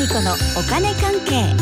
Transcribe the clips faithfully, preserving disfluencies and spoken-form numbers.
り子のお金関係。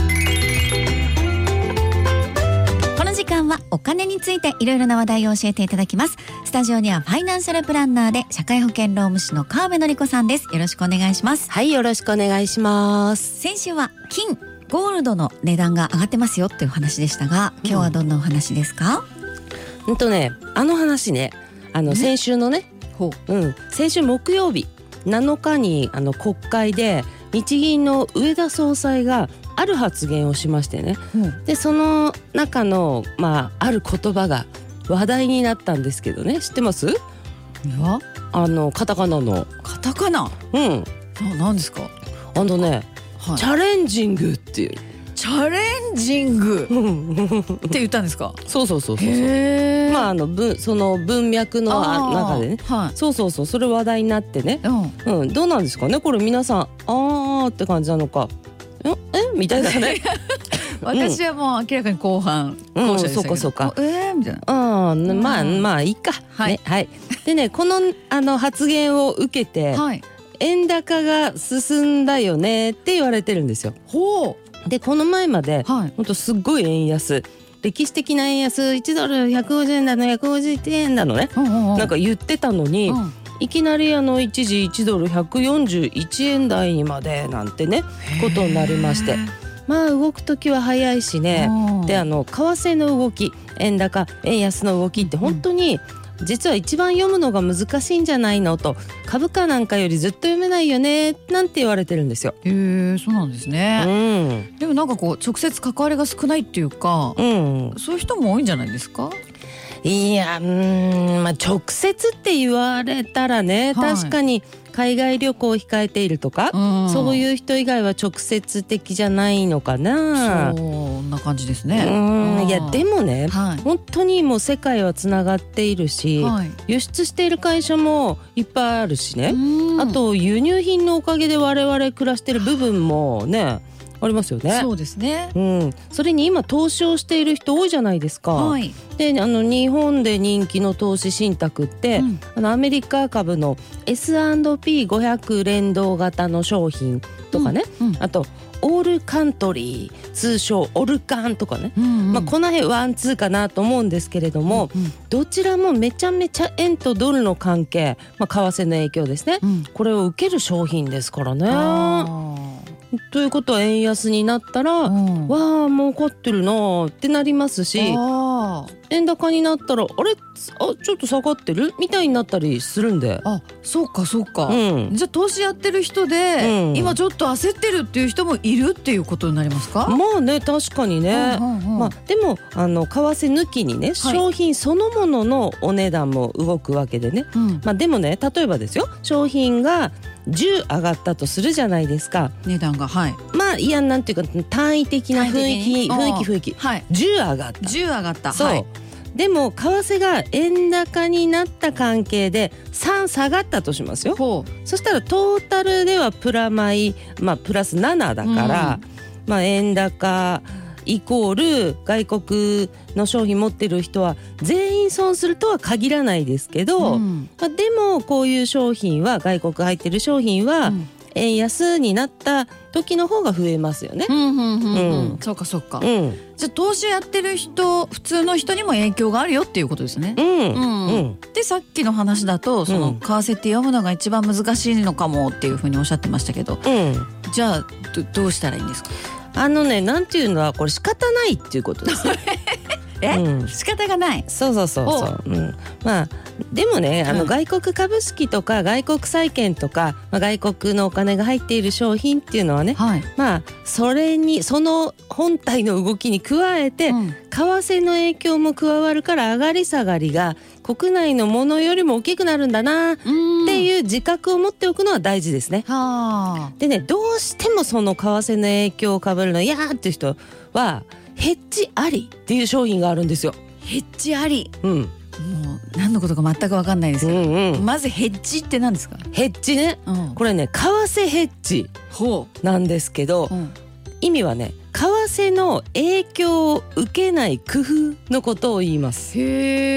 この時間はお金についていろいろな話題を教えていただきます。スタジオにはファイナンシャルプランナーで社会保険労務士の川辺典子さんです。よろしくお願いします。 はい、よろしくお願いします。 先週は金ゴールドの値段が上がってますよっていう話でしたが、今日はどんなお話ですか？ うんとね、あの話ね、あの先週のね、 ほう、 うん、先週木曜日なのかにあの国会で日銀の植田総裁がある発言をしましてね、うん、でその中の、まあ、ある言葉が話題になったんですけどね、知ってます？いや、 あのカタカナのカタカナ、 うん、 な、なんですか？ あのね、はい、チャレンジングっていう、 チャレンジングって言ったんですか？ そうそうそうそうそう、まああの文その文脈の中でね、はい、そうそうそう、それ話題になってね、うん、うん、どうなんですかねこれ、皆さんあーって感じなのか、ええみたいなね私はもう明らかに後半、 うん、後者でしたけど、うん、そうかそうか、 えーみたいな、 あ、まあまあいいか、はい、ね、はい、でね、このあの発言を受けて、はい、円高が進んだよねって言われてるんですよ。ほう。でこの前まで、はい、ほんとすっごい円安、歴史的な円安、いちドルひゃくごじゅうえんだのひゃくごじゅういちえんだのね、うんうんうん、なんか言ってたのに、うん、いきなりあの一時いちドルひゃくよんじゅういちえん台にまでなんてねことになりまして、まあ動くときは早いしね、であの為替の動き、円高円安の動きって本当に、うん、実は一番読むのが難しいんじゃないのと、株価なんかよりずっと読めないよねなんて言われてるんですよ。 へー、そうなんですね、うん、でもなんかこう直接関わりが少ないっていうか、うん、そういう人も多いんじゃないですか？ いや、うーん、まあ、直接って言われたらね、はい、確かに海外旅行を控えているとか、うん、そういう人以外は直接的じゃないのかな。 そんな感じですね。 うん、いやでもね、はい、本当にもう世界はつながっているし、はい、輸出している会社もいっぱいあるしね、あと輸入品のおかげで我々暮らしている部分もねありますよね。 そうですね、 うん、それに今投資をしている人多いじゃないですか、はい、であの日本で人気の投資信託って、うん、あのアメリカ株の エスアンドピーごひゃく 連動型の商品とかね、うんうん、あとオールカントリー、通称オルカンとかね、うんうん、まあ、この辺ワンツーかなと思うんですけれども、うんうん、どちらもめちゃめちゃ円とドルの関係、まあ、為替の影響ですね、うん、これを受ける商品ですからね。ということは円安になったら、うん、わあ儲かってるなってなりますし、円高になったらあれあちょっと下がってるみたいになったりするんで、 あ、そうかそうか、うん、じゃあ投資やってる人で、うん、今ちょっと焦ってるっていう人もいるっていうことになりますか？まあね、確かにね、うんうんうん、まあ、でもあの為替抜きにね、はい、商品そのもののお値段も動くわけでね、うん、まあ、でもね、例えばですよ、商品がじゅう上がったとするじゃないですか、 値段が、はい、 まあいや、なんていうか単位的な雰囲気雰囲気雰囲気、はい、じゅう上がったじゅう上がった、 そう、はい、でも為替が円高になった関係でさん下がったとしますよ。そしたらトータルではプラマイ、まあ、プラスななだから、うん、まあ、円高イコール外国の商品持ってる人は全員損するとは限らないですけど、うん、まあ、でもこういう商品は外国入ってる商品は、うん、円安になった時の方が増えますよね。うんうんうんうん、 そうかそうか、うん、じゃあ投資やってる人、普通の人にも影響があるよっていうことですね。うんうんうん、でさっきの話だと、その為替って読むのが一番難しいのかもっていうふうにおっしゃってましたけど、うん、じゃあ ど, どうしたらいいんですか？ あのね、なんていうのはこれ仕方ないっていうことですねえ、うん、仕方がない。 そうそうそうそう、うん、まあでもね、あの外国株式とか外国債券とか、まあ、外国のお金が入っている商品っていうのはね、はい、まあそれにその本体の動きに加えて、うん、為替の影響も加わるから上がり下がりが国内のものよりも大きくなるんだなっていう自覚を持っておくのは大事ですね。はでね、どうしてもその為替の影響をかぶるの嫌っていう人はヘッジありっていう商品があるんですよ。 ヘッジあり、うん、もう何のことか全く分かんないですけど、うんうん、まずヘッジって何ですか？ ヘッジね、うん、これね為替ヘッジなんですけど、うん、意味はね為替の影響を受けない工夫のことを言います。 へー、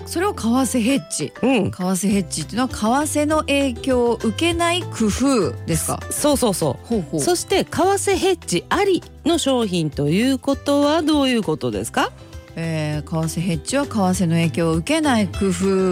それを為替ヘッジ、うん、為替ヘッジっていうのは為替の影響を受けない工夫ですか？ そうそうそう。ほうほう。そして為替ヘッジありの商品ということはどういうことですか？ えー、為替ヘッジは為替の影響を受けない工夫、うん、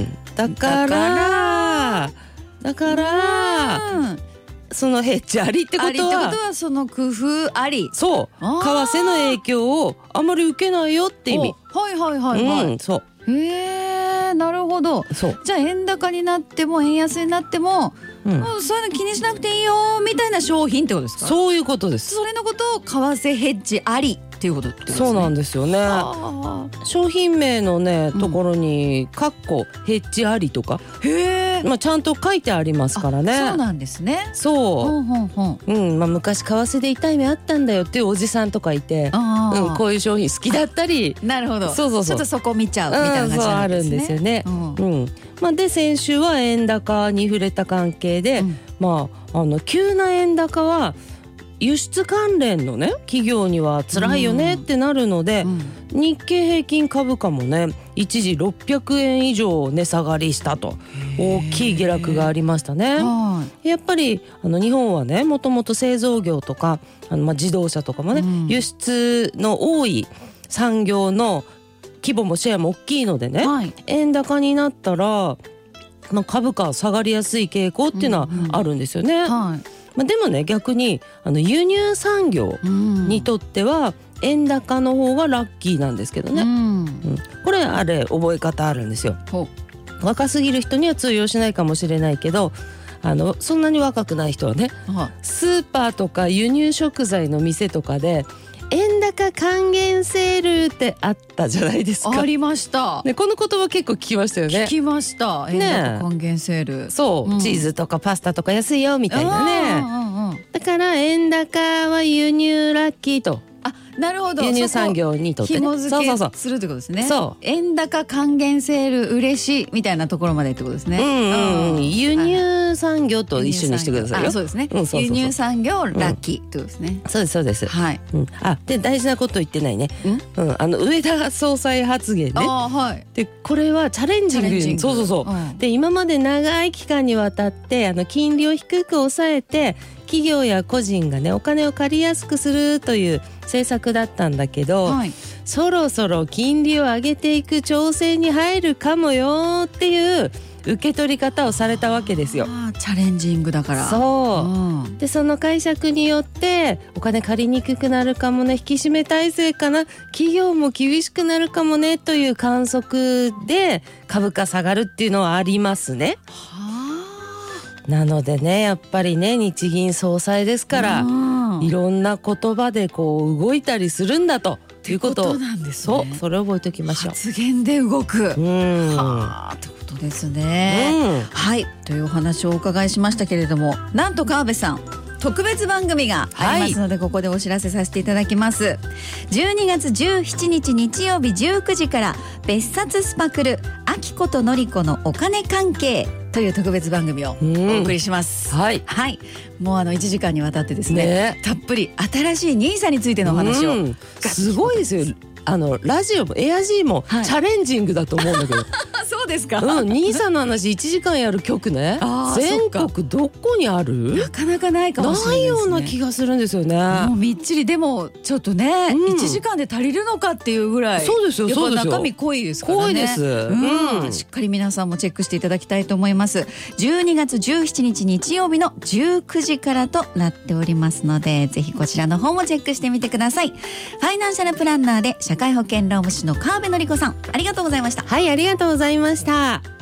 だからだからそのヘッジありってことは、ありってことはその工夫あり。 そう、為替の影響をあまり受けないよって意味。 はいはいはいはい、 うん、そう。 へえ、なるほど。そうじゃあ円高になっても円安になっても、うん、もうそういうの気にしなくていいよみたいな商品ってことですか？ そういうことです。 それのことを為替ヘッジありっていうことってことですね。 そうなんですよね。商品名のね、うん、ところにカッコヘッジありとか、へえ、まあちゃんと書いてありますからね。 そうなんですね。 そう。ほんほんほん。うん、まあ昔為替で痛い目あったんだよっていうおじさんとかいて、うん、こういう商品好きだったり、 なるほど。 そうそうそう。 ちょっとそこ見ちゃうみたいな感じなんですね。 そうあるんですよね。うん。うん、まあで先週は円高に触れた関係で、うん、まああの急な円高は輸出関連のね企業には辛いよねってなるので、うんうん、日経平均株価もね一時ろっぴゃくえん以上値下がりしたと大きい下落がありましたね。やっぱりあの日本はねもともと製造業とかあの、まあ、自動車とかもね、うん、輸出の多い産業の規模もシェアも大きいのでね、はい、円高になったら、まあ、株価下がりやすい傾向っていうのはあるんですよね。うんうん、はい。まあ、でもね逆にあの輸入産業にとっては円高の方がラッキーなんですけどね、うんうん、これあれ覚え方あるんですよ。若すぎる人には通用しないかもしれないけどあのそんなに若くない人はね、はい、スーパーとか輸入食材の店とかで円高還元セールってあったじゃないですか。 ありました、 ね、この言葉結構聞きましたよね。 聞きました。円高還元セール、ね、 そう、うん、チーズとかパスタとか安いよみたいなね、うんうん、だから円高は輸入ラッキーと。 あ、なるほど。 輸入産業にとってね紐付けするってことですね。そう円高還元セール嬉しいみたいなところまでってことですね。 うんうん、輸入産業と一緒にしてくださいよ。 あ、そうですね、うん、そうそうそう、輸入産業ラッキーってことですね、うん、そうですそうです、はい、 うん、あで大事なこと言ってないね、うん、あの上田総裁発言ね。あ、はい、でこれはチャレンジング、ングそうそうそう、うん、で今まで長い期間にわたってあの金利を低く抑えて企業や個人がねお金を借りやすくするという政策だったんだけど、はい、そろそろ金利を上げていく調整に入るかもよっていう受け取り方をされたわけですよ。 あ、チャレンジングだから。 そう、うん、でその解釈によってお金借りにくくなるかもね、引き締め体制かな、企業も厳しくなるかもねという観測で株価下がるっていうのはありますね。はなのでねやっぱりね日銀総裁ですからいろんな言葉でこう動いたりするんだということを、 ってことなんですね。 そう、それを覚えておきましょう。 発言で動く、うん、はあってことですね、うん、はいというお話をお伺いしましたけれども、なんと川辺さん特別番組がありますので、はい、ここでお知らせさせていただきます。じゅうにがつじゅうしちにち日曜日じゅうくじから別冊スパクルあきことのりこのお金関係という特別番組をお送りします、うん、はい、はい、もうあのいちじかんにわたってですね、ねたっぷり新しいニーサについてのお話を、うん、 すごいですよ。あのラジオもエアジーもチャレンジングだと思うんだけど、はい、 そうですか、 うん、ニーサの話いちじかんやる曲ね全国どこにある？ なかなかないかもしれないですね。 ないような気がするんですよね。 もうみっちりでもちょっとね、うん、いちじかんで足りるのかっていうぐらい。 そうですよそうですよ。 中身濃いですからね。 濃いです、うんうん、しっかり皆さんもチェックしていただきたいと思います。じゅうにがつじゅうしちにち日曜日のじゅうくじからとなっておりますので、ぜひこちらの方もチェックしてみてください。ファイナンシャルプランナーで社会保険労務士の川辺典子さん、ありがとうございました。 はい、ありがとうございました。